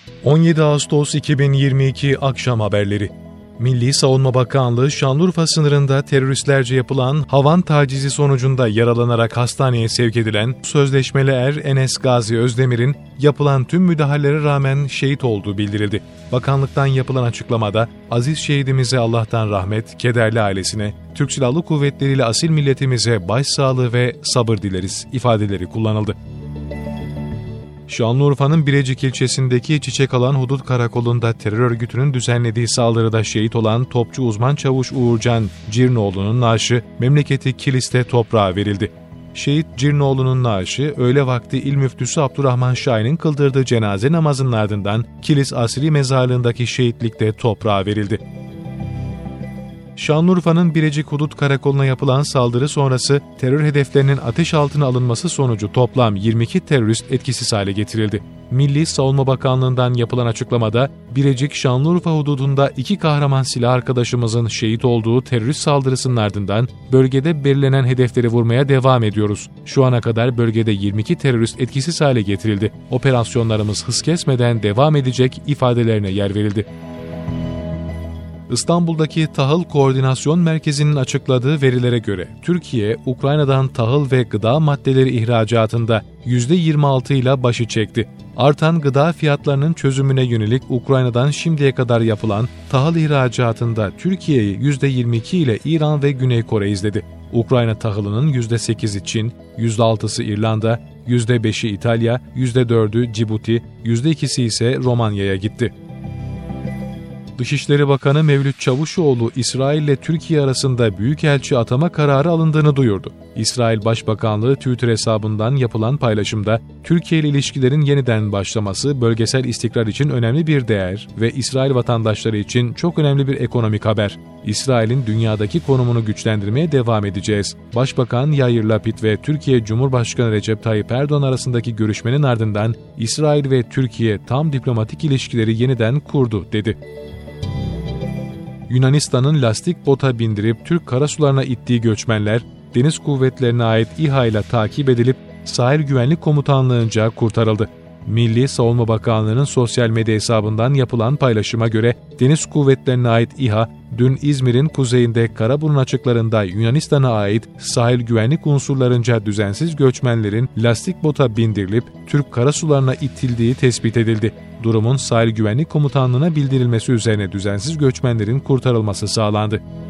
17 Ağustos 2022 Akşam Haberleri. Milli Savunma Bakanlığı, Şanlıurfa sınırında teröristlerce yapılan havan tacizi sonucunda yaralanarak hastaneye sevk edilen sözleşmeli er Enes Gazi Özdemir'in yapılan tüm müdahalelere rağmen şehit olduğu bildirildi. Bakanlıktan yapılan açıklamada, aziz şehidimize Allah'tan rahmet, kederli ailesine, Türk Silahlı Kuvvetleri ile asil milletimize başsağlığı ve sabır dileriz ifadeleri kullanıldı. Şanlıurfa'nın Birecik ilçesindeki Çiçekalan Hudut Karakolu'nda terör örgütünün düzenlediği saldırıda şehit olan topçu uzman çavuş Uğurcan Cirnoğlu'nun naaşı memleketi Kilis'te toprağa verildi. Şehit Cirnoğlu'nun naaşı öğle vakti İl Müftüsü Abdurrahman Şahin'in kıldırdığı cenaze namazının ardından Kilis Asri Mezarlığı'ndaki şehitlikte toprağa verildi. Şanlıurfa'nın Birecik Hudut Karakolu'na yapılan saldırı sonrası terör hedeflerinin ateş altına alınması sonucu toplam 22 terörist etkisiz hale getirildi. Milli Savunma Bakanlığı'ndan yapılan açıklamada, Birecik Şanlıurfa hududunda 2 kahraman silah arkadaşımızın şehit olduğu terörist saldırısının ardından bölgede belirlenen hedefleri vurmaya devam ediyoruz. Şu ana kadar bölgede 22 terörist etkisiz hale getirildi. Operasyonlarımız hız kesmeden devam edecek ifadelerine yer verildi. İstanbul'daki Tahıl Koordinasyon Merkezi'nin açıkladığı verilere göre Türkiye, Ukrayna'dan tahıl ve gıda maddeleri ihracatında %26 ile başı çekti. Artan gıda fiyatlarının çözümüne yönelik Ukrayna'dan şimdiye kadar yapılan tahıl ihracatında Türkiye'yi %22 ile İran ve Güney Kore izledi. Ukrayna tahılının %8'i Çin, %6'sı İrlanda, %5'i İtalya, %4'ü Cibuti, %2'si ise Romanya'ya gitti. Dışişleri Bakanı Mevlüt Çavuşoğlu, İsrail ile Türkiye arasında büyükelçi atama kararı alındığını duyurdu. İsrail Başbakanlığı Twitter hesabından yapılan paylaşımda, Türkiye ile ilişkilerin yeniden başlaması bölgesel istikrar için önemli bir değer ve İsrail vatandaşları için çok önemli bir ekonomik haber. İsrail'in dünyadaki konumunu güçlendirmeye devam edeceğiz. Başbakan Yair Lapid ve Türkiye Cumhurbaşkanı Recep Tayyip Erdoğan arasındaki görüşmenin ardından İsrail ve Türkiye tam diplomatik ilişkileri yeniden kurdu, dedi. Yunanistan'ın lastik bota bindirip Türk karasularına ittiği göçmenler, Deniz Kuvvetlerine ait İHA ile takip edilip Sahil Güvenlik Komutanlığı'nca kurtarıldı. Milli Savunma Bakanlığı'nın sosyal medya hesabından yapılan paylaşıma göre Deniz Kuvvetlerine ait İHA, dün İzmir'in kuzeyinde Karaburun açıklarında Yunanistan'a ait sahil güvenlik unsurlarınca düzensiz göçmenlerin lastik bota bindirilip Türk karasularına itildiği tespit edildi. Durumun Sahil Güvenlik Komutanlığı'na bildirilmesi üzerine düzensiz göçmenlerin kurtarılması sağlandı.